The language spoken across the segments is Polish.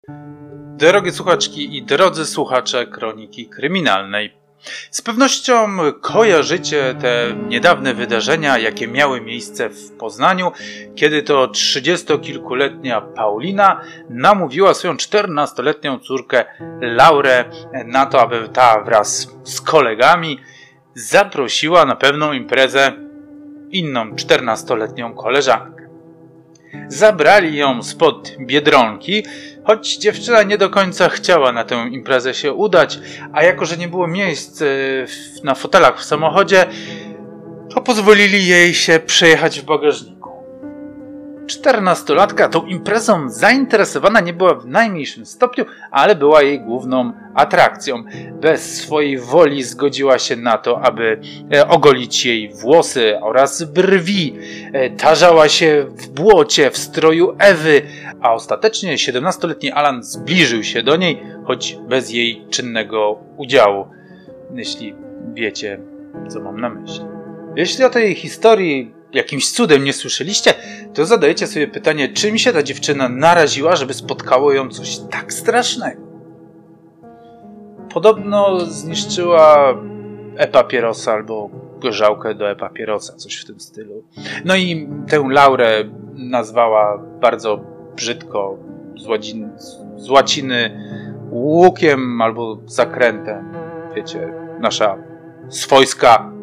Drogie słuchaczki i drodzy słuchacze Kroniki Kryminalnej. Z pewnością kojarzycie te niedawne wydarzenia, jakie miały miejsce w Poznaniu, kiedy to 30-kilkuletnia Paulina namówiła swoją 14-letnią córkę Laurę na to, aby ta wraz z kolegami zaprosiła na pewną imprezę inną 14-letnią koleżankę. Zabrali ją spod Biedronki, choć dziewczyna nie do końca chciała na tę imprezę się udać, a jako że nie było miejsc na fotelach w samochodzie, to pozwolili jej się przejechać w bagażniku. 14-latka tą imprezą zainteresowana nie była w najmniejszym stopniu, ale była jej główną atrakcją. Bez swojej woli zgodziła się na to, aby ogolić jej włosy oraz brwi. Tarzała się w błocie w stroju Ewy, a ostatecznie 17-letni Alan zbliżył się do niej, choć bez jej czynnego udziału. Jeśli wiecie, co mam na myśli. Jeśli o tej historii jakimś cudem nie słyszeliście, to zadajecie sobie pytanie, czym się ta dziewczyna naraziła, żeby spotkało ją coś tak strasznego. Podobno zniszczyła e-papierosa albo gorzałkę do e-papierosa, coś w tym stylu. No i tę Laurę nazwała bardzo brzydko, z łaciny łukiem albo zakrętem. Wiecie, nasza swojska.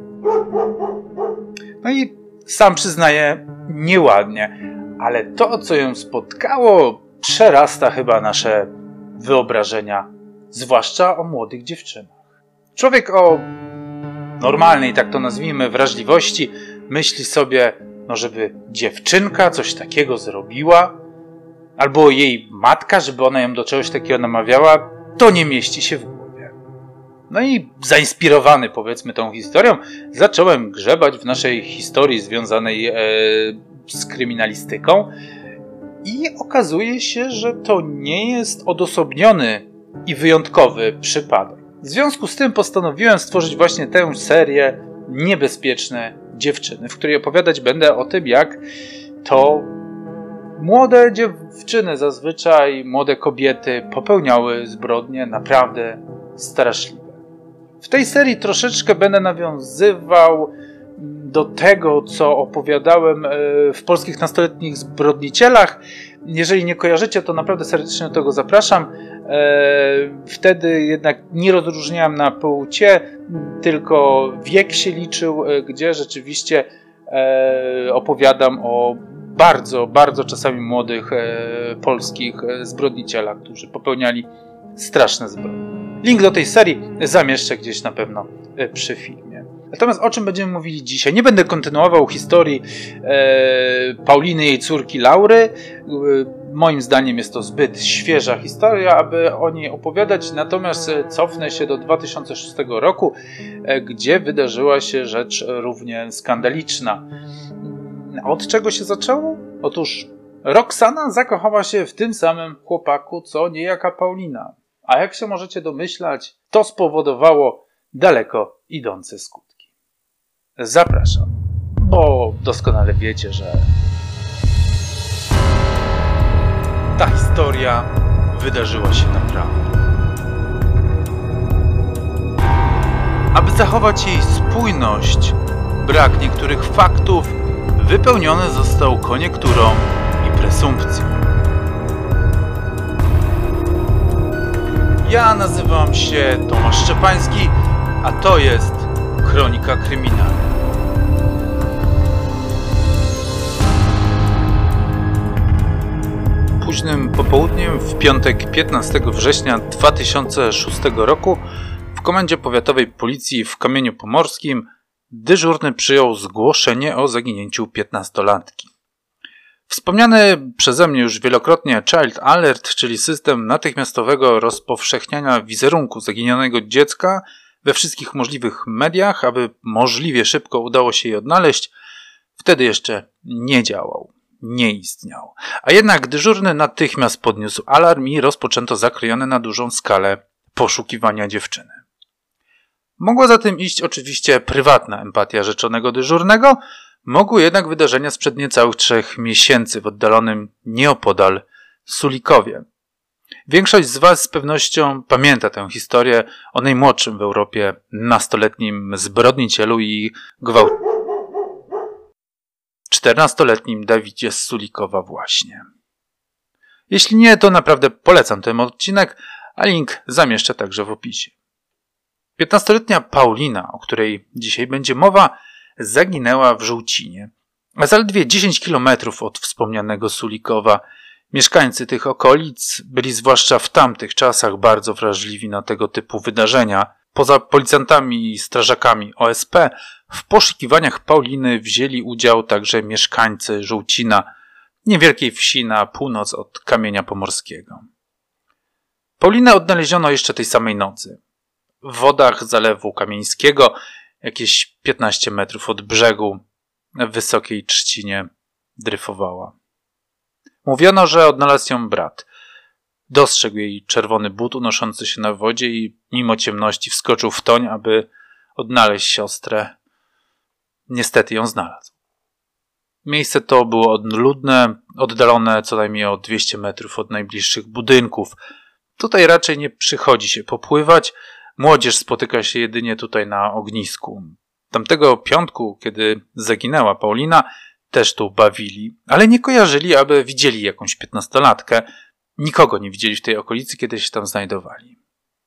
No i sam przyznaję, nieładnie, ale to, co ją spotkało, przerasta chyba nasze wyobrażenia, zwłaszcza o młodych dziewczynach. Człowiek o normalnej, tak to nazwijmy, wrażliwości myśli sobie, żeby dziewczynka coś takiego zrobiła, albo jej matka, żeby ona ją do czegoś takiego namawiała, to nie mieści się w głowie. No i zainspirowany, powiedzmy, tą historią, zacząłem grzebać w naszej historii związanej z kryminalistyką i okazuje się, że to nie jest odosobniony i wyjątkowy przypadek. W związku z tym postanowiłem stworzyć właśnie tę serię Niebezpieczne dziewczyny, w której opowiadać będę o tym, jak to młode dziewczyny, zazwyczaj młode kobiety, popełniały zbrodnie naprawdę straszliwe. W tej serii troszeczkę będę nawiązywał do tego, co opowiadałem w polskich nastoletnich zbrodnicielach. Jeżeli nie kojarzycie, to naprawdę serdecznie do tego zapraszam. Wtedy jednak nie rozróżniałem na płcie, tylko wiek się liczył, gdzie rzeczywiście opowiadam o bardzo, bardzo czasami młodych polskich zbrodnicielach, którzy popełniali straszne zbrodnie. Link do tej serii zamieszczę gdzieś na pewno przy filmie. Natomiast o czym będziemy mówili dzisiaj? Nie będę kontynuował historii Pauliny i jej córki Laury. Moim zdaniem jest to zbyt świeża historia, aby o niej opowiadać. Natomiast cofnę się do 2006 roku, gdzie wydarzyła się rzecz równie skandaliczna. Od czego się zaczęło? Otóż Roxana zakochała się w tym samym chłopaku, co niejaka Paulina. A jak się możecie domyślać, to spowodowało daleko idące skutki. Zapraszam, bo doskonale wiecie, że ta historia wydarzyła się naprawdę. Aby zachować jej spójność, brak niektórych faktów wypełniony został koniekturą i presumpcją. Ja nazywam się Tomasz Szczepański, a to jest Kronika Kryminalna. Późnym popołudniem w piątek 15 września 2006 roku w Komendzie Powiatowej Policji w Kamieniu Pomorskim dyżurny przyjął zgłoszenie o zaginięciu 15-latki. Wspomniany przeze mnie już wielokrotnie Child Alert, czyli system natychmiastowego rozpowszechniania wizerunku zaginionego dziecka we wszystkich możliwych mediach, aby możliwie szybko udało się je odnaleźć, wtedy jeszcze nie działał, nie istniał. A jednak dyżurny natychmiast podniósł alarm i rozpoczęto zakrojone na dużą skalę poszukiwania dziewczyny. Mogła za tym iść oczywiście prywatna empatia rzeczonego dyżurnego, mogły jednak wydarzenia sprzed niecałych 3 miesięcy w oddalonym nieopodal Sulikowie. Większość z Was z pewnością pamięta tę historię o najmłodszym w Europie nastoletnim zbrodnicicielu i gwałt. 14-letnim Dawidzie z Sulikowa właśnie. Jeśli nie, to naprawdę polecam ten odcinek, a link zamieszczę także w opisie. 15-letnia Paulina, o której dzisiaj będzie mowa, zaginęła w Żółcinie, a zaledwie 10 km od wspomnianego Sulikowa. Mieszkańcy tych okolic byli zwłaszcza w tamtych czasach bardzo wrażliwi na tego typu wydarzenia. Poza policjantami i strażakami OSP w poszukiwaniach Pauliny wzięli udział także mieszkańcy Żółcina, niewielkiej wsi na północ od Kamienia Pomorskiego. Paulinę odnaleziono jeszcze tej samej nocy. W wodach zalewu Kamieńskiego, jakieś 15 metrów od brzegu, w wysokiej trzcinie dryfowała. Mówiono, że odnalazł ją brat. Dostrzegł jej czerwony but unoszący się na wodzie i mimo ciemności wskoczył w toń, aby odnaleźć siostrę. Niestety ją znalazł. Miejsce to było odludne, oddalone co najmniej o 200 metrów od najbliższych budynków. Tutaj raczej nie przychodzi się popływać. Młodzież spotyka się jedynie tutaj na ognisku. Tamtego piątku, kiedy zaginęła Paulina, też tu bawili, ale nie kojarzyli, aby widzieli jakąś 15-latkę. Nikogo nie widzieli w tej okolicy, kiedy się tam znajdowali.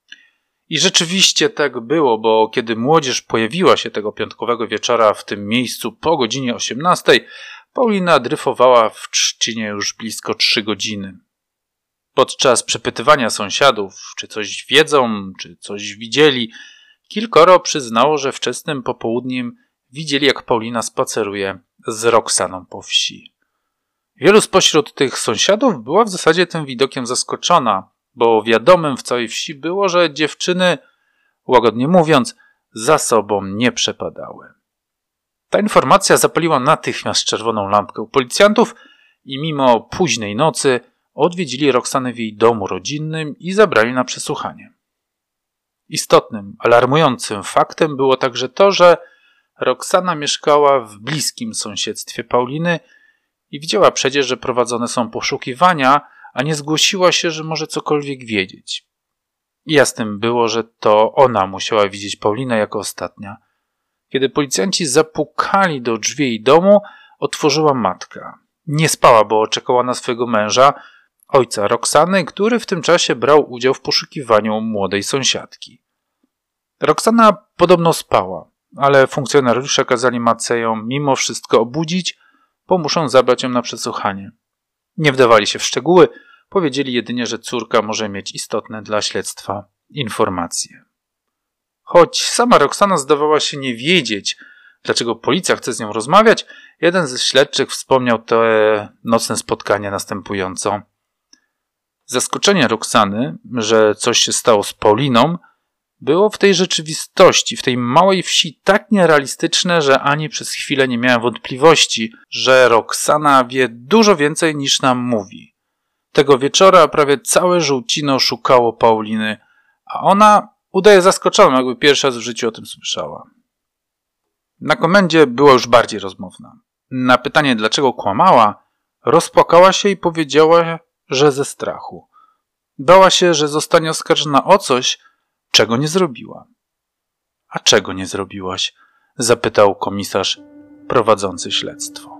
I rzeczywiście tak było, bo kiedy młodzież pojawiła się tego piątkowego wieczora w tym miejscu po godzinie 18, Paulina dryfowała w trzcinie już blisko 3 godziny. Podczas przepytywania sąsiadów, czy coś wiedzą, czy coś widzieli, kilkoro przyznało, że wczesnym popołudniem widzieli, jak Paulina spaceruje z Roxaną po wsi. Wielu spośród tych sąsiadów była w zasadzie tym widokiem zaskoczona, bo wiadomym w całej wsi było, że dziewczyny, łagodnie mówiąc, za sobą nie przepadały. Ta informacja zapaliła natychmiast czerwoną lampkę u policjantów i mimo późnej nocy odwiedzili Roxanę w jej domu rodzinnym i zabrali na przesłuchanie. Istotnym, alarmującym faktem było także to, że Roxana mieszkała w bliskim sąsiedztwie Pauliny i widziała przecież, że prowadzone są poszukiwania, a nie zgłosiła się, że może cokolwiek wiedzieć. I jasnym było, że to ona musiała widzieć Paulinę jako ostatnia. Kiedy policjanci zapukali do drzwi jej domu, otworzyła matka. Nie spała, bo czekała na swojego męża, ojca Roxany, który w tym czasie brał udział w poszukiwaniu młodej sąsiadki. Roxana podobno spała, ale funkcjonariusze kazali matce ją mimo wszystko obudzić, bo muszą zabrać ją na przesłuchanie. Nie wdawali się w szczegóły, powiedzieli jedynie, że córka może mieć istotne dla śledztwa informacje. Choć sama Roxana zdawała się nie wiedzieć, dlaczego policja chce z nią rozmawiać, jeden ze śledczych wspomniał te nocne spotkanie następująco. Zaskoczenie Roxany, że coś się stało z Pauliną, było w tej rzeczywistości, w tej małej wsi tak nierealistyczne, że ani przez chwilę nie miałem wątpliwości, że Roxana wie dużo więcej niż nam mówi. Tego wieczora prawie całe Żółcino szukało Pauliny, a ona udaje zaskoczoną, jakby pierwszy raz w życiu o tym słyszała. Na komendzie była już bardziej rozmowna. Na pytanie, dlaczego kłamała, rozpłakała się i powiedziała, że ze strachu. Bała się, że zostanie oskarżona o coś, czego nie zrobiła. A czego nie zrobiłaś? Zapytał komisarz prowadzący śledztwo.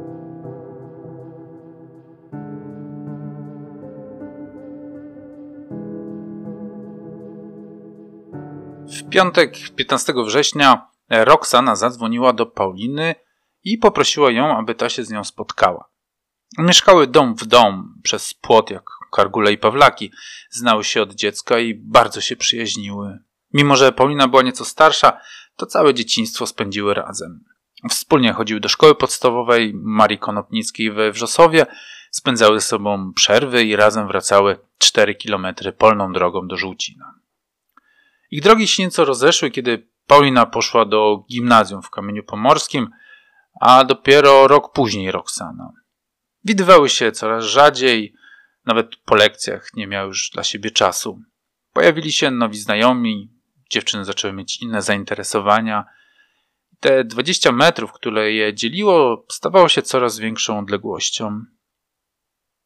W piątek 15 września Roxana zadzwoniła do Pauliny i poprosiła ją, aby ta się z nią spotkała. Mieszkały dom w dom, przez płot jak Kargule i Pawlaki. Znały się od dziecka i bardzo się przyjaźniły. Mimo że Paulina była nieco starsza, to całe dzieciństwo spędziły razem. Wspólnie chodziły do szkoły podstawowej Marii Konopnickiej we Wrzosowie, spędzały ze sobą przerwy i razem wracały 4 kilometry polną drogą do Żółcina. Ich drogi się nieco rozeszły, kiedy Paulina poszła do gimnazjum w Kamieniu Pomorskim, a dopiero rok później Roxana. Widywały się coraz rzadziej, nawet po lekcjach nie miały już dla siebie czasu. Pojawili się nowi znajomi, dziewczyny zaczęły mieć inne zainteresowania. Te 20 metrów, które je dzieliło, stawało się coraz większą odległością.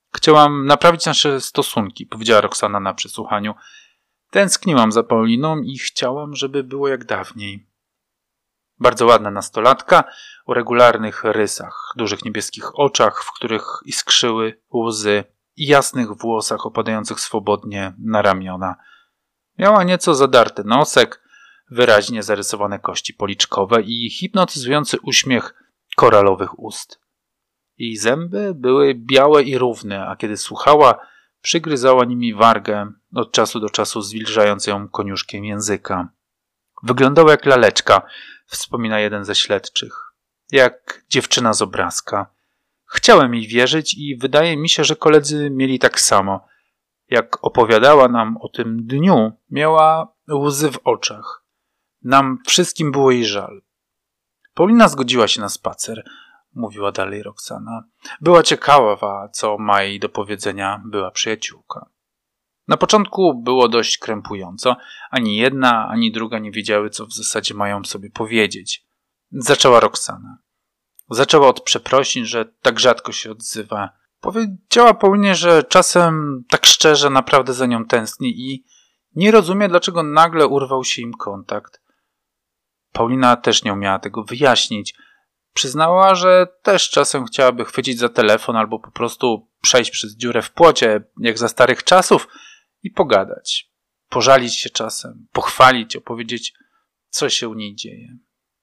Chciałam naprawić nasze stosunki, powiedziała Roxana na przesłuchaniu. Tęskniłam za Pauliną i chciałam, żeby było jak dawniej. Bardzo ładna nastolatka, o regularnych rysach, dużych niebieskich oczach, w których iskrzyły łzy i jasnych włosach opadających swobodnie na ramiona. Miała nieco zadarty nosek, wyraźnie zarysowane kości policzkowe i hipnotyzujący uśmiech koralowych ust. Jej zęby były białe i równe, a kiedy słuchała, przygryzała nimi wargę, od czasu do czasu zwilżając ją koniuszkiem języka. Wyglądała jak laleczka, wspomina jeden ze śledczych. Jak dziewczyna z obrazka. Chciałem jej wierzyć i wydaje mi się, że koledzy mieli tak samo. Jak opowiadała nam o tym dniu, miała łzy w oczach. Nam wszystkim było jej żal. Paulina zgodziła się na spacer, mówiła dalej Roxana. Była ciekawa, co ma jej do powiedzenia była przyjaciółka. Na początku było dość krępująco. Ani jedna, ani druga nie wiedziały, co w zasadzie mają sobie powiedzieć. Zaczęła Roxana. Zaczęła od przeprosin, że tak rzadko się odzywa. Powiedziała Paulinie, że czasem tak szczerze naprawdę za nią tęskni i nie rozumie, dlaczego nagle urwał się im kontakt. Paulina też nie umiała tego wyjaśnić. Przyznała, że też czasem chciałaby chwycić za telefon albo po prostu przejść przez dziurę w płocie, jak za starych czasów, i pogadać. Pożalić się czasem, pochwalić, opowiedzieć, co się u niej dzieje.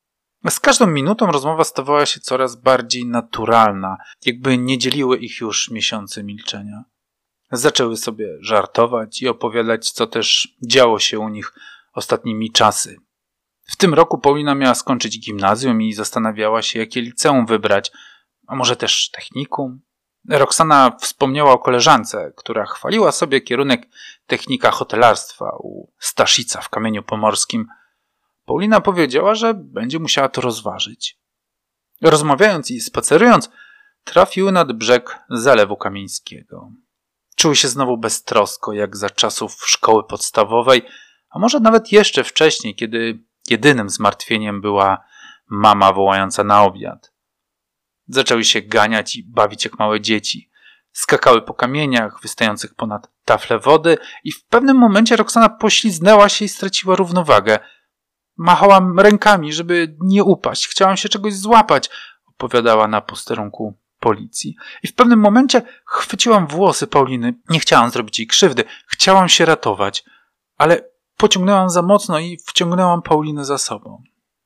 Z każdą minutą rozmowa stawała się coraz bardziej naturalna, jakby nie dzieliły ich już miesiące milczenia. Zaczęły sobie żartować i opowiadać, co też działo się u nich ostatnimi czasy. W tym roku Paulina miała skończyć gimnazjum i zastanawiała się, jakie liceum wybrać, a może też technikum. Roxana wspomniała o koleżance, która chwaliła sobie kierunek technika hotelarstwa u Staszica w Kamieniu Pomorskim. Paulina powiedziała, że będzie musiała to rozważyć. Rozmawiając i spacerując, trafiły nad brzeg Zalewu Kamieńskiego. Czuły się znowu beztrosko, jak za czasów szkoły podstawowej, a może nawet jeszcze wcześniej, kiedy jedynym zmartwieniem była mama wołająca na obiad. Zaczęły się ganiać i bawić jak małe dzieci. Skakały po kamieniach wystających ponad taflę wody i w pewnym momencie Roxana pośliznęła się i straciła równowagę. Machałam rękami, żeby nie upaść. Chciałam się czegoś złapać, opowiadała na posterunku policji. I w pewnym momencie chwyciłam włosy Pauliny. Nie chciałam zrobić jej krzywdy. Chciałam się ratować. Ale pociągnęłam za mocno i wciągnęłam Paulinę za sobą.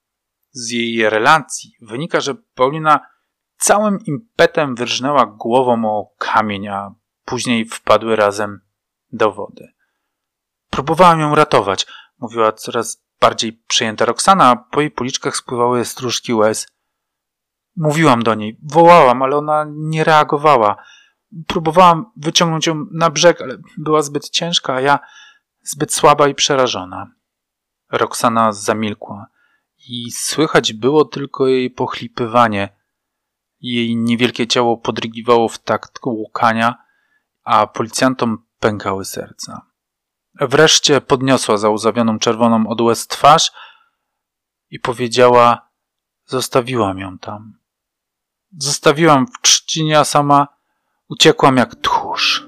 Z jej relacji wynika, że Paulina całym impetem wyrżnęła głową o kamień, a później wpadły razem do wody. Próbowałam ją ratować, mówiła coraz bardziej przejęta Roxana, a po jej policzkach spływały stróżki łez. Mówiłam do niej, wołałam, ale ona nie reagowała. Próbowałam wyciągnąć ją na brzeg, ale była zbyt ciężka, a ja zbyt słaba i przerażona. Roxana zamilkła i słychać było tylko jej pochlipywanie. Jej niewielkie ciało podrygiwało w takt łukania, a policjantom pękały serca. Wreszcie podniosła załzawioną czerwoną od łez twarz i powiedziała: zostawiłam ją tam. Zostawiłam w trzcinie, a sama uciekłam jak tchórz.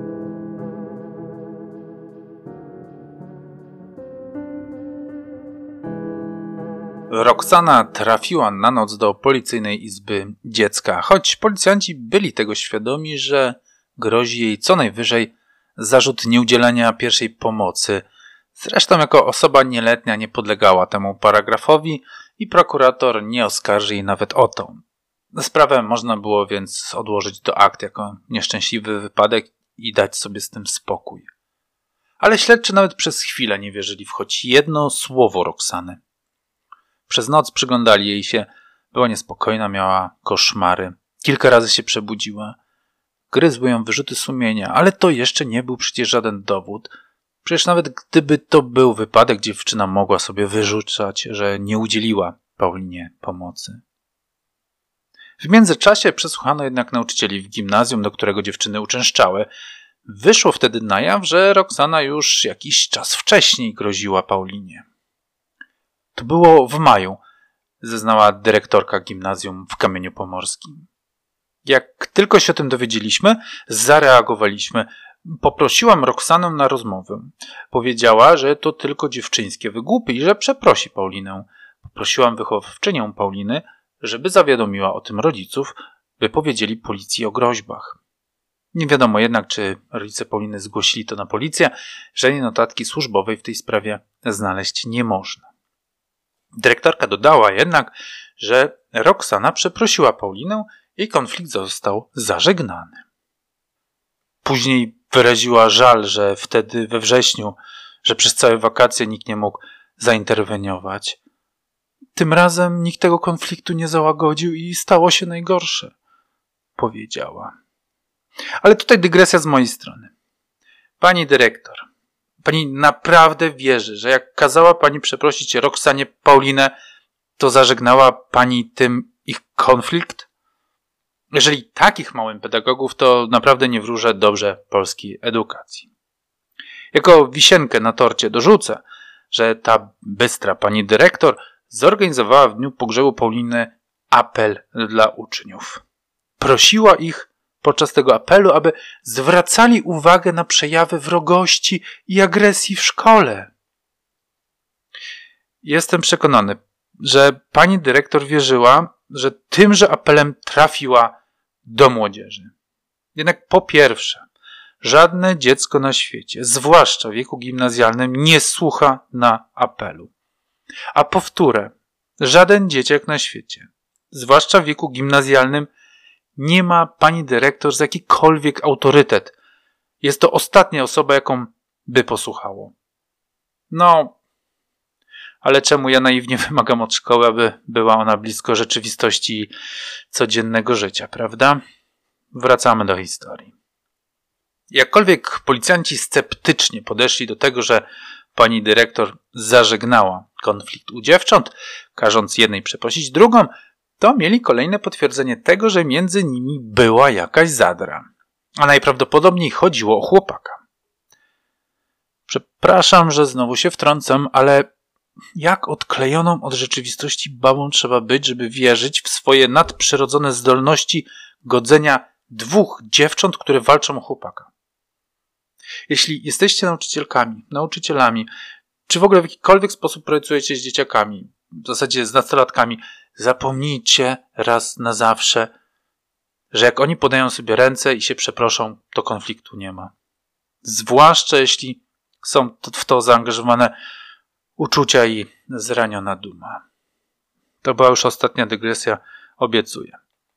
Roxana trafiła na noc do policyjnej izby dziecka, choć policjanci byli tego świadomi, że grozi jej co najwyżej zarzut nieudzielenia pierwszej pomocy. Zresztą jako osoba nieletnia nie podlegała temu paragrafowi i prokurator nie oskarży jej nawet o to. Sprawę można było więc odłożyć do akt jako nieszczęśliwy wypadek i dać sobie z tym spokój. Ale śledczy nawet przez chwilę nie wierzyli w choć jedno słowo Roxany. Przez noc przyglądali jej się. Była niespokojna, miała koszmary. Kilka razy się przebudziła. Gryzły ją wyrzuty sumienia, ale to jeszcze nie był przecież żaden dowód. Przecież nawet gdyby to był wypadek, dziewczyna mogła sobie wyrzucać, że nie udzieliła Paulinie pomocy. W międzyczasie przesłuchano jednak nauczycieli w gimnazjum, do którego dziewczyny uczęszczały. Wyszło wtedy na jaw, że Roxana już jakiś czas wcześniej groziła Paulinie. To było w maju, zeznała dyrektorka gimnazjum w Kamieniu Pomorskim. Jak tylko się o tym dowiedzieliśmy, zareagowaliśmy. Poprosiłam Roxanę na rozmowę. Powiedziała, że to tylko dziewczyńskie wygłupy i że przeprosi Paulinę. Poprosiłam wychowawczynię Pauliny, żeby zawiadomiła o tym rodziców, by powiedzieli policji o groźbach. Nie wiadomo jednak, czy rodzice Pauliny zgłosili to na policję, że notatki służbowej w tej sprawie znaleźć nie można. Dyrektorka dodała jednak, że Roxana przeprosiła Paulinę i konflikt został zażegnany. Później wyraziła żal, że wtedy we wrześniu, że przez całe wakacje nikt nie mógł zainterweniować. Tym razem nikt tego konfliktu nie załagodził i stało się najgorsze, powiedziała. Ale tutaj dygresja z mojej strony. Pani dyrektor, pani naprawdę wierzy, że jak kazała pani przeprosić Roxanie Paulinę, to zażegnała pani tym ich konflikt? Jeżeli takich małym pedagogów, to naprawdę nie wróżę dobrze polskiej edukacji. Jako wisienkę na torcie dorzucę, że ta bystra pani dyrektor zorganizowała w dniu pogrzebu Pauliny apel dla uczniów. Prosiła ich podczas tego apelu, aby zwracali uwagę na przejawy wrogości i agresji w szkole. Jestem przekonany, że pani dyrektor wierzyła, że tymże apelem trafiła do młodzieży. Jednak po pierwsze, żadne dziecko na świecie, zwłaszcza w wieku gimnazjalnym, nie słucha na apelu. A powtórę, żaden dzieciak na świecie, zwłaszcza w wieku gimnazjalnym, nie ma pani dyrektor za jakikolwiek autorytet. Jest to ostatnia osoba, jaką by posłuchało. No, ale czemu ja naiwnie wymagam od szkoły, aby była ona blisko rzeczywistości codziennego życia, prawda? Wracamy do historii. Jakkolwiek policjanci sceptycznie podeszli do tego, że pani dyrektor zażegnała konflikt u dziewcząt, każąc jednej przeprosić drugą, to mieli kolejne potwierdzenie tego, że między nimi była jakaś zadra. A najprawdopodobniej chodziło o chłopaka. Przepraszam, że znowu się wtrącam, ale jak odklejoną od rzeczywistości babą trzeba być, żeby wierzyć w swoje nadprzyrodzone zdolności godzenia dwóch dziewcząt, które walczą o chłopaka? Jeśli jesteście nauczycielkami, nauczycielami, czy w ogóle w jakikolwiek sposób pracujecie z dzieciakami, w zasadzie z nastolatkami, zapomnijcie raz na zawsze, że jak oni podają sobie ręce i się przeproszą, to konfliktu nie ma. Zwłaszcza jeśli są w to zaangażowane uczucia i zraniona duma. To była już ostatnia dygresja, obiecuję.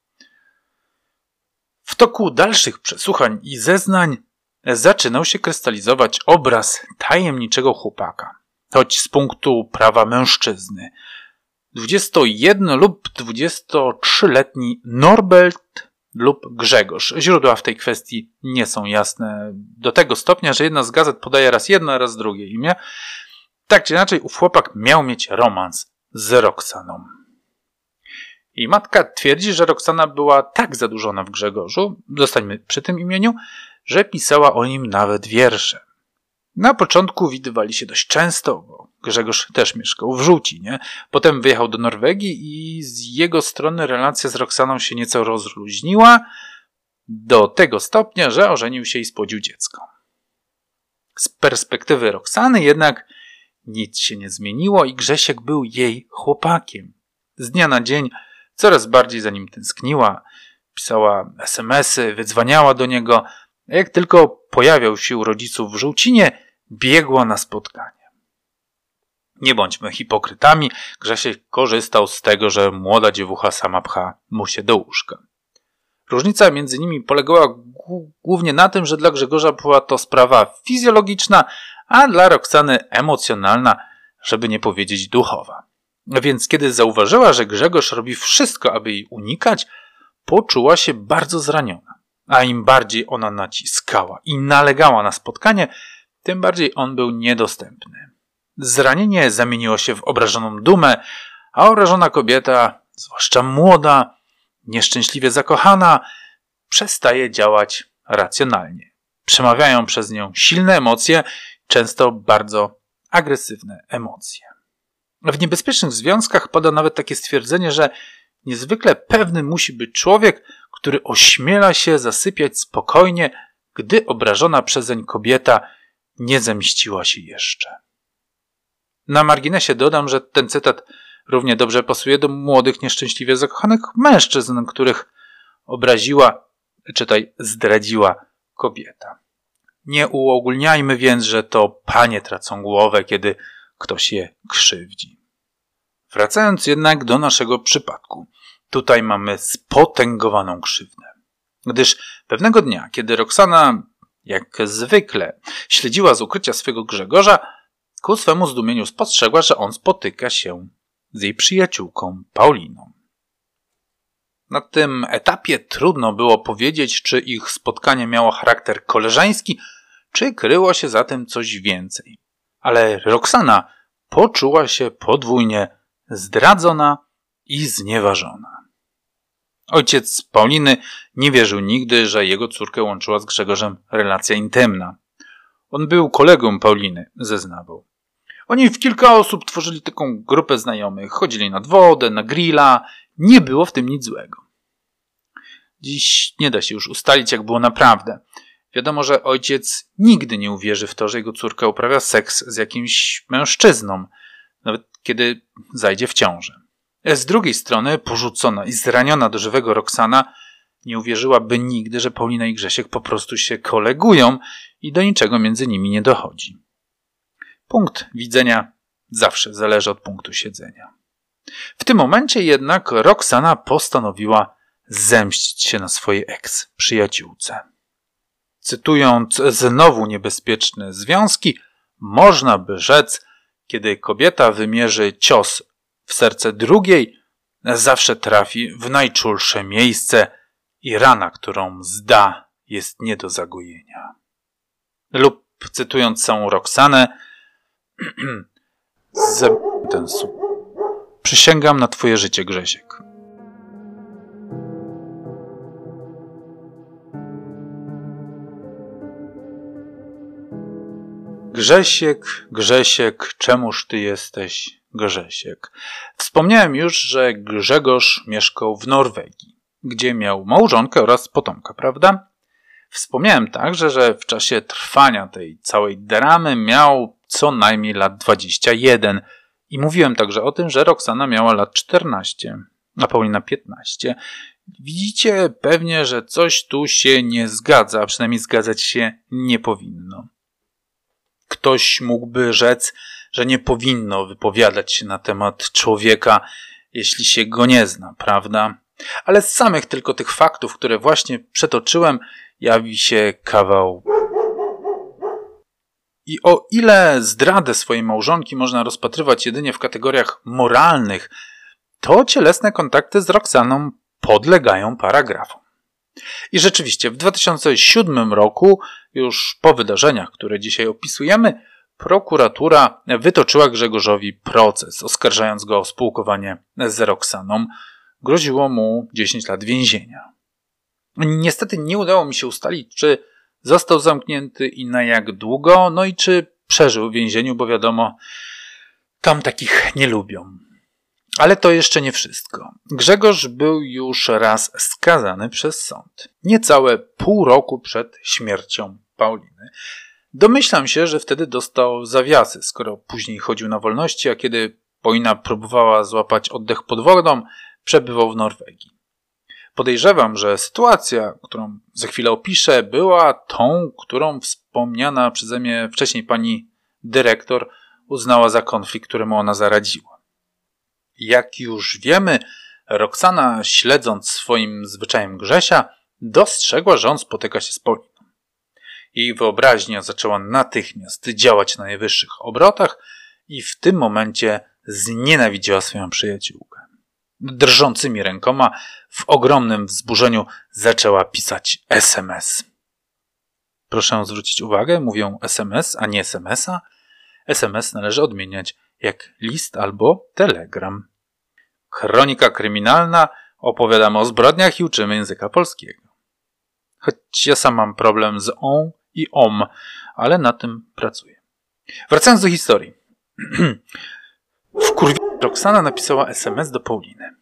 W toku dalszych przesłuchań i zeznań zaczynał się krystalizować obraz tajemniczego chłopaka, choć z punktu prawa mężczyzny. 21 lub 23-letni Norbert lub Grzegorz. Źródła w tej kwestii nie są jasne do tego stopnia, że jedna z gazet podaje raz jedno, a raz drugie imię. Tak czy inaczej, ów chłopak miał mieć romans z Roxaną. I matka twierdzi, że Roxana była tak zadłużona w Grzegorzu, zostańmy przy tym imieniu, że pisała o nim nawet wiersze. Na początku widywali się dość często, bo Grzegorz też mieszkał w Żółcinie. Potem wyjechał do Norwegii i z jego strony relacja z Roxaną się nieco rozluźniła do tego stopnia, że ożenił się i spłodził dziecko. Z perspektywy Roxany jednak nic się nie zmieniło i Grzesiek był jej chłopakiem. Z dnia na dzień coraz bardziej za nim tęskniła, pisała SMS-y, wydzwaniała do niego, a jak tylko pojawiał się u rodziców w Żółcinie, biegła na spotkanie. Nie bądźmy hipokrytami, Grzesiek korzystał z tego, że młoda dziewucha sama pcha mu się do łóżka. Różnica między nimi polegała głównie na tym, że dla Grzegorza była to sprawa fizjologiczna, a dla Roxany emocjonalna, żeby nie powiedzieć duchowa. Więc kiedy zauważyła, że Grzegorz robi wszystko, aby jej unikać, poczuła się bardzo zraniona. A im bardziej ona naciskała i nalegała na spotkanie, tym bardziej on był niedostępny. Zranienie zamieniło się w obrażoną dumę, a obrażona kobieta, zwłaszcza młoda, nieszczęśliwie zakochana, przestaje działać racjonalnie. Przemawiają przez nią silne emocje, często bardzo agresywne emocje. W niebezpiecznych związkach pada nawet takie stwierdzenie, że Niezwykle pewny musi być człowiek, który ośmiela się zasypiać spokojnie, gdy obrażona przezeń kobieta nie zemściła się jeszcze. Na marginesie dodam, że ten cytat równie dobrze pasuje do młodych, nieszczęśliwie zakochanych mężczyzn, których obraziła, czytaj, zdradziła kobieta. Nie uogólniajmy więc, że to panie tracą głowę, kiedy ktoś je krzywdzi. Wracając jednak do naszego przypadku. Tutaj mamy spotęgowaną krzywdę. Gdyż pewnego dnia, kiedy Roxana, jak zwykle, śledziła z ukrycia swego Grzegorza, ku swemu zdumieniu spostrzegła, że on spotyka się z jej przyjaciółką Pauliną. Na tym etapie trudno było powiedzieć, czy ich spotkanie miało charakter koleżeński, czy kryło się za tym coś więcej. Ale Roxana poczuła się podwójnie zdradzona i znieważona. Ojciec Pauliny nie wierzył nigdy, że jego córkę łączyła z Grzegorzem relacja intymna. On był kolegą Pauliny, zeznawał. Oni w kilka osób tworzyli taką grupę znajomych, chodzili nad wodę, na grilla, nie było w tym nic złego. Dziś nie da się już ustalić, jak było naprawdę. Wiadomo, że ojciec nigdy nie uwierzy w to, że jego córka uprawia seks z jakimś mężczyzną, nawet kiedy zajdzie w ciążę. Z drugiej strony porzucona i zraniona do żywego Roxana nie uwierzyłaby nigdy, że Paulina i Grzesiek po prostu się kolegują i do niczego między nimi nie dochodzi. Punkt widzenia zawsze zależy od punktu siedzenia. W tym momencie jednak Roxana postanowiła zemścić się na swojej ex-przyjaciółce. Cytując znowu niebezpieczne związki, można by rzec, kiedy kobieta wymierzy cios w serce drugiej, zawsze trafi w najczulsze miejsce i rana, którą zda, jest nie do zagojenia. Lub cytując samą Roxanę, ten słup. Przysięgam na twoje życie, Grzesiek. Grzesiek, Grzesiek, czemuż ty jesteś, Grzesiek? Wspomniałem już, że Grzegorz mieszkał w Norwegii, gdzie miał małżonkę oraz potomka, prawda? Wspomniałem także, że w czasie trwania tej całej dramy miał co najmniej lat 21 i mówiłem także o tym, że Roxana miała lat 14, a Paulina 15. Widzicie pewnie, że coś tu się nie zgadza, a przynajmniej zgadzać się nie powinno. Ktoś mógłby rzec, że nie powinno wypowiadać się na temat człowieka, jeśli się go nie zna, prawda? Ale z samych tylko tych faktów, które właśnie przetoczyłem, jawi się kawał. I o ile zdradę swojej małżonki można rozpatrywać jedynie w kategoriach moralnych, to cielesne kontakty z Roxaną podlegają paragrafom. I rzeczywiście w 2007 roku, już po wydarzeniach, które dzisiaj opisujemy, prokuratura wytoczyła Grzegorzowi proces, oskarżając go o spółkowanie z Roxaną. Groziło mu 10 lat więzienia. Niestety nie udało mi się ustalić, czy został zamknięty i na jak długo, no i czy przeżył w więzieniu, bo wiadomo, tam takich nie lubią. Ale to jeszcze nie wszystko. Grzegorz był już raz skazany przez sąd. Niecałe pół roku przed śmiercią Pauliny. Domyślam się, że wtedy dostał zawiasy, skoro później chodził na wolności, a kiedy Paulina próbowała złapać oddech pod wodą, przebywał w Norwegii. Podejrzewam, że sytuacja, którą za chwilę opiszę, była tą, którą wspomniana przeze mnie wcześniej pani dyrektor uznała za konflikt, któremu ona zaradziła. Jak już wiemy, Roxana, śledząc swoim zwyczajem Grzesia, dostrzegła, że on spotyka się z Pauliną. Jej wyobraźnia zaczęła natychmiast działać na najwyższych obrotach i w tym momencie znienawidziła swoją przyjaciółkę. Drżącymi rękoma, w ogromnym wzburzeniu zaczęła pisać SMS. Proszę zwrócić uwagę, mówią SMS, a nie SMS-a. SMS należy odmieniać jak list albo telegram. Kronika kryminalna, opowiadamy o zbrodniach i uczymy języka polskiego. Choć ja sam mam problem z on i om, ale na tym pracuję. Wracając do historii. Roxana napisała SMS do Pauliny.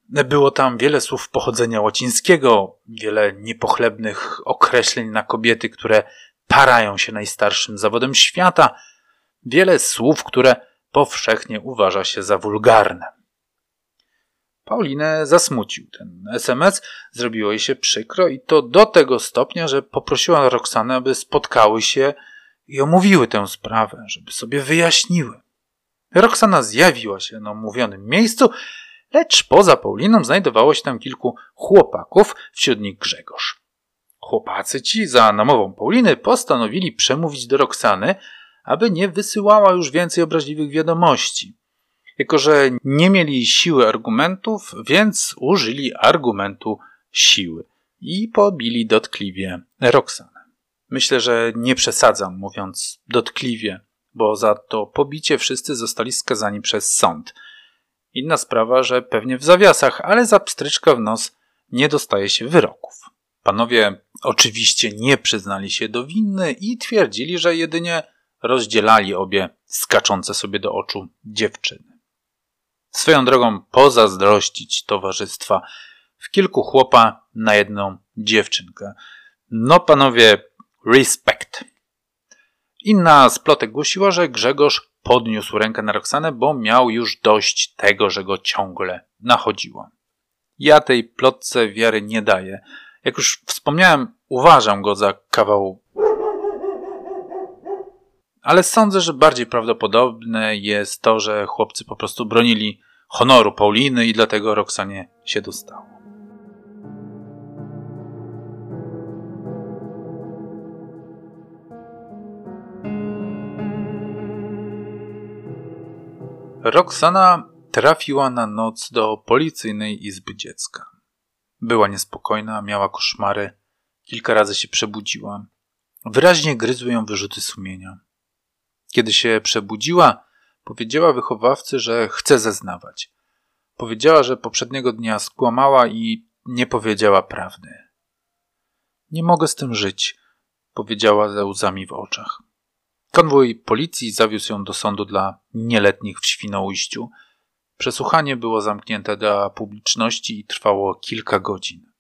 Było tam wiele słów pochodzenia łacińskiego, wiele niepochlebnych określeń na kobiety, które parają się najstarszym zawodem świata, wiele słów, które powszechnie uważa się za wulgarne. Paulinę zasmucił ten SMS, zrobiło jej się przykro i to do tego stopnia, że poprosiła Roxanę, aby spotkały się i omówiły tę sprawę, żeby sobie wyjaśniły. Roxana zjawiła się na omówionym miejscu, lecz poza Pauliną znajdowało się tam kilku chłopaków, wśród nich Grzegorz. Chłopacy ci za namową Pauliny postanowili przemówić do Roxany, aby nie wysyłała już więcej obraźliwych wiadomości. Jako że nie mieli siły argumentów, więc użyli argumentu siły i pobili dotkliwie Roxanę. Myślę, że nie przesadzam, mówiąc dotkliwie, bo za to pobicie wszyscy zostali skazani przez sąd. Inna sprawa, że pewnie w zawiasach, ale za pstryczka w nos nie dostaje się wyroków. Panowie oczywiście nie przyznali się do winy i twierdzili, że jedynie rozdzielali obie skaczące sobie do oczu dziewczyny. Swoją drogą pozazdrościć towarzystwa w kilku chłopa na jedną dziewczynkę. No panowie, respekt. Inna z plotek głosiła, że Grzegorz podniósł rękę na Roxanę, bo miał już dość tego, że go ciągle nachodziła. Ja tej plotce wiary nie daję. Jak już wspomniałem, uważam go za kawał. Ale sądzę, że bardziej prawdopodobne jest to, że chłopcy po prostu bronili honoru Pauliny i dlatego Roxanie się dostało. Roxana trafiła na noc do policyjnej izby dziecka. Była niespokojna, miała koszmary, kilka razy się przebudziła. Wyraźnie gryzły ją wyrzuty sumienia. Kiedy się przebudziła, powiedziała wychowawcy, że chce zeznawać. Powiedziała, że poprzedniego dnia skłamała i nie powiedziała prawdy. Nie mogę z tym żyć, powiedziała ze łzami w oczach. Konwój policji zawiózł ją do sądu dla nieletnich w Świnoujściu. Przesłuchanie było zamknięte dla publiczności i trwało kilka godzin.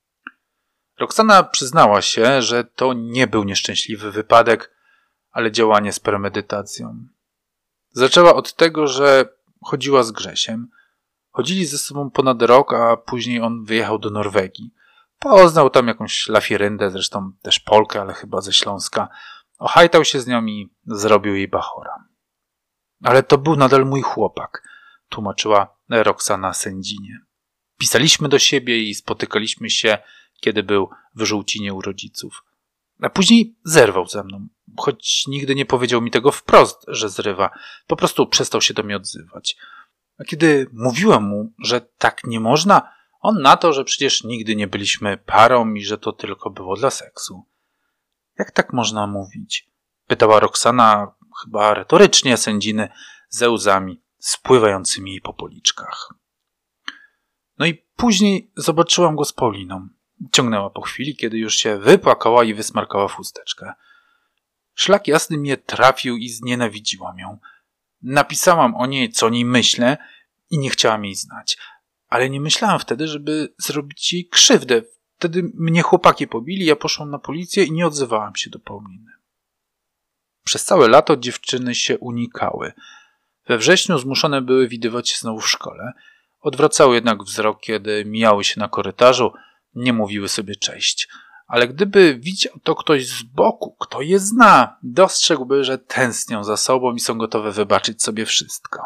Roxana przyznała się, że to nie był nieszczęśliwy wypadek, ale działanie z premedytacją. Zaczęła od tego, że chodziła z Grzesiem. Chodzili ze sobą ponad rok, a później on wyjechał do Norwegii. Poznał tam jakąś lafiryndę, zresztą też Polkę, ale chyba ze Śląska. Ochajtał się z nią i zrobił jej bachora. Ale to był nadal mój chłopak, tłumaczyła Roxana sędzinie. Pisaliśmy do siebie i spotykaliśmy się, kiedy był w Żółcinie u rodziców. A później zerwał ze mną, choć nigdy nie powiedział mi tego wprost, że zrywa. Po prostu przestał się do mnie odzywać. A kiedy mówiłem mu, że tak nie można, on na to, że przecież nigdy nie byliśmy parą i że to tylko było dla seksu. Jak tak można mówić? Pytała Roxana, chyba retorycznie sędziny, ze łzami spływającymi jej po policzkach. No i później zobaczyłam go z Pauliną. Ciągnęła po chwili, kiedy już się wypłakała i wysmarkała w chusteczkę. Szlak jasny mnie trafił i znienawidziłam ją. Napisałam o niej, co o niej myślę i nie chciałam jej znać. Ale nie myślałam wtedy, żeby zrobić jej krzywdę. Wtedy mnie chłopaki pobili, ja poszłam na policję i nie odzywałam się do Pauliny. Przez całe lato dziewczyny się unikały. We wrześniu zmuszone były widywać się znowu w szkole. Odwracały jednak wzrok, kiedy mijały się na korytarzu, nie mówiły sobie cześć. Ale gdyby widział to ktoś z boku, kto je zna, dostrzegłby, że tęsknią za sobą i są gotowe wybaczyć sobie wszystko.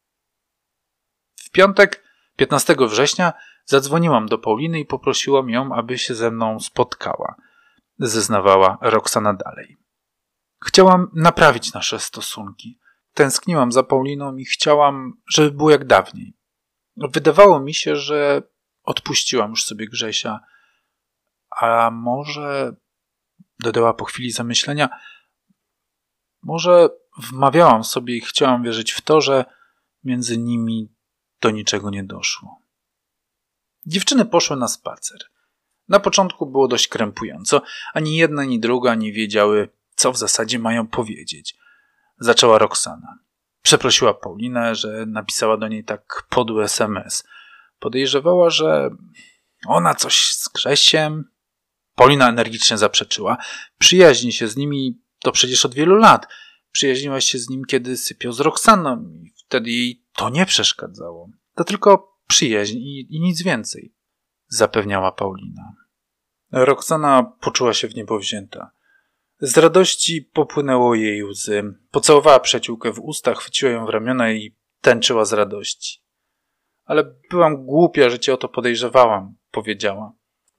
W piątek, 15 września, zadzwoniłam do Pauliny i poprosiłam ją, aby się ze mną spotkała. Zeznawała Roxana dalej. Chciałam naprawić nasze stosunki. Tęskniłam za Pauliną i chciałam, żeby było jak dawniej. Wydawało mi się, że odpuściłam już sobie Grzesia. A może, dodała po chwili zamyślenia, może wmawiałam sobie i chciałam wierzyć w to, że między nimi do niczego nie doszło. Dziewczyny poszły na spacer. Na początku było dość krępująco. Ani jedna, ani druga nie wiedziały, co w zasadzie mają powiedzieć. Zaczęła Roxana. Przeprosiła Paulinę, że napisała do niej tak podły SMS. Podejrzewała, że ona coś z Grzesiem. Paulina energicznie zaprzeczyła. Przyjaźni się z nimi to przecież od wielu lat. Przyjaźniła się z nim, kiedy sypiał z Roxaną i wtedy jej to nie przeszkadzało. To tylko przyjaźń i nic więcej, zapewniała Paulina. Roxana poczuła się w niebo wzięta. Z radości popłynęło jej łzy. Pocałowała przyjaciółkę w usta, chwyciła ją w ramiona i tańczyła z radości. Ale byłam głupia, że cię o to podejrzewałam, powiedziała.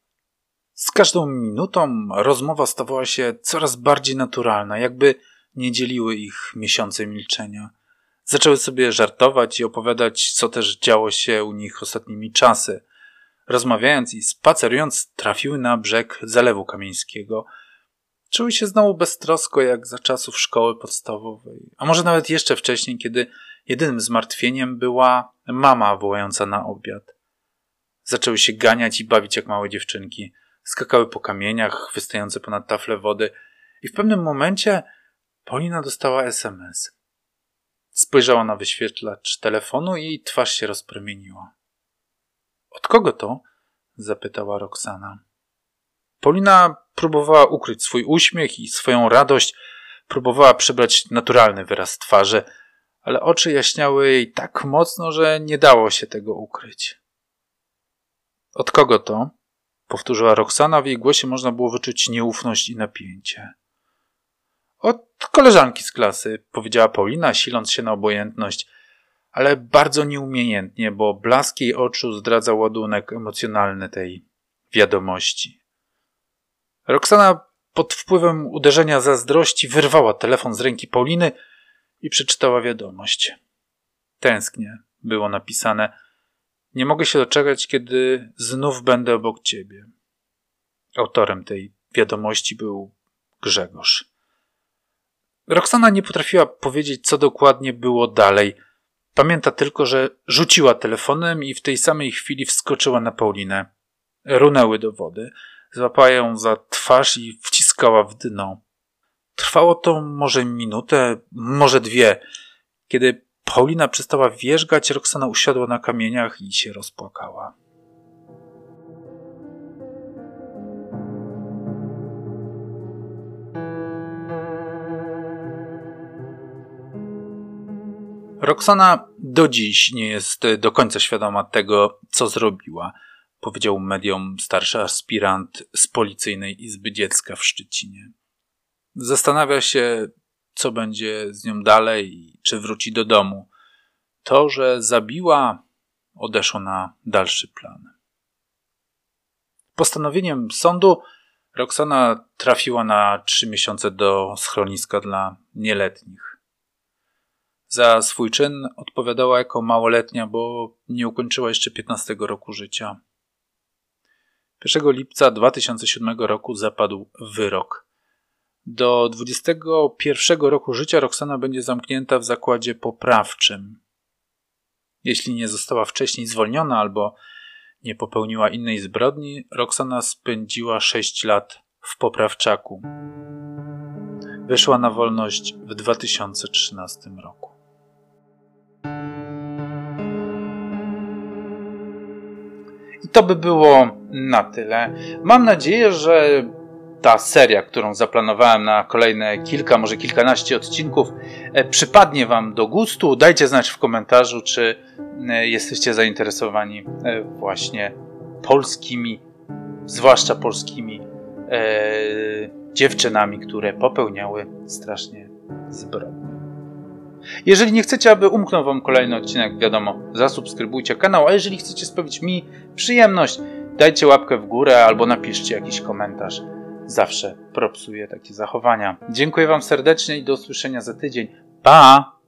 Z każdą minutą rozmowa stawała się coraz bardziej naturalna, jakby nie dzieliły ich miesiące milczenia. Zaczęły sobie żartować i opowiadać, co też działo się u nich ostatnimi czasy. Rozmawiając i spacerując, trafiły na brzeg Zalewu Kamieńskiego. Czuły się znowu beztrosko, jak za czasów szkoły podstawowej. A może nawet jeszcze wcześniej, kiedy jedynym zmartwieniem była mama wołająca na obiad. Zaczęły się ganiać i bawić jak małe dziewczynki. Skakały po kamieniach wystające ponad tafle wody i w pewnym momencie Paulina dostała SMS. Spojrzała na wyświetlacz telefonu i jej twarz się rozpromieniła. Od kogo to? Zapytała Roxana. Paulina próbowała ukryć swój uśmiech i swoją radość, próbowała przybrać naturalny wyraz twarzy, ale oczy jaśniały jej tak mocno, że nie dało się tego ukryć. Od kogo to? Powtórzyła Roxana, w jej głosie można było wyczuć nieufność i napięcie. Od koleżanki z klasy, powiedziała Paulina, siląc się na obojętność, ale bardzo nieumiejętnie, bo blask jej oczu zdradzał ładunek emocjonalny tej wiadomości. Roxana pod wpływem uderzenia zazdrości wyrwała telefon z ręki Pauliny i przeczytała wiadomość. Tęsknię, było napisane. Nie mogę się doczekać, kiedy znów będę obok ciebie. Autorem tej wiadomości był Grzegorz. Roxana nie potrafiła powiedzieć, co dokładnie było dalej. Pamięta tylko, że rzuciła telefonem i w tej samej chwili wskoczyła na Paulinę. Runęły do wody. Złapała ją za twarz i wciskała w dno. Trwało to może minutę, może dwie. Kiedy Paulina przestała wierzgać, Roxana usiadła na kamieniach i się rozpłakała. Roxana do dziś nie jest do końca świadoma tego, co zrobiła, powiedział mediom starszy aspirant z Policyjnej Izby Dziecka w Szczecinie. Zastanawia się, co będzie z nią dalej i czy wróci do domu. To, że zabiła, odeszło na dalszy plan. Postanowieniem sądu Roxana trafiła na 3 miesiące do schroniska dla nieletnich. Za swój czyn odpowiadała jako małoletnia, bo nie ukończyła jeszcze 15 roku życia. 1 lipca 2007 roku zapadł wyrok. Do 21 roku życia Roxana będzie zamknięta w zakładzie poprawczym. Jeśli nie została wcześniej zwolniona albo nie popełniła innej zbrodni, Roxana spędziła 6 lat w poprawczaku. Wyszła na wolność w 2013 roku. I to by było na tyle. Mam nadzieję, że ta seria, którą zaplanowałem na kolejne kilka, może kilkanaście odcinków, przypadnie Wam do gustu. Dajcie znać w komentarzu, czy jesteście zainteresowani właśnie polskimi, zwłaszcza polskimi dziewczynami, które popełniały strasznie zbrodnie. Jeżeli nie chcecie, aby umknął Wam kolejny odcinek, wiadomo, zasubskrybujcie kanał, a jeżeli chcecie sprawić mi przyjemność, dajcie łapkę w górę albo napiszcie jakiś komentarz. Zawsze propsuję takie zachowania. Dziękuję Wam serdecznie i do usłyszenia za tydzień. Pa!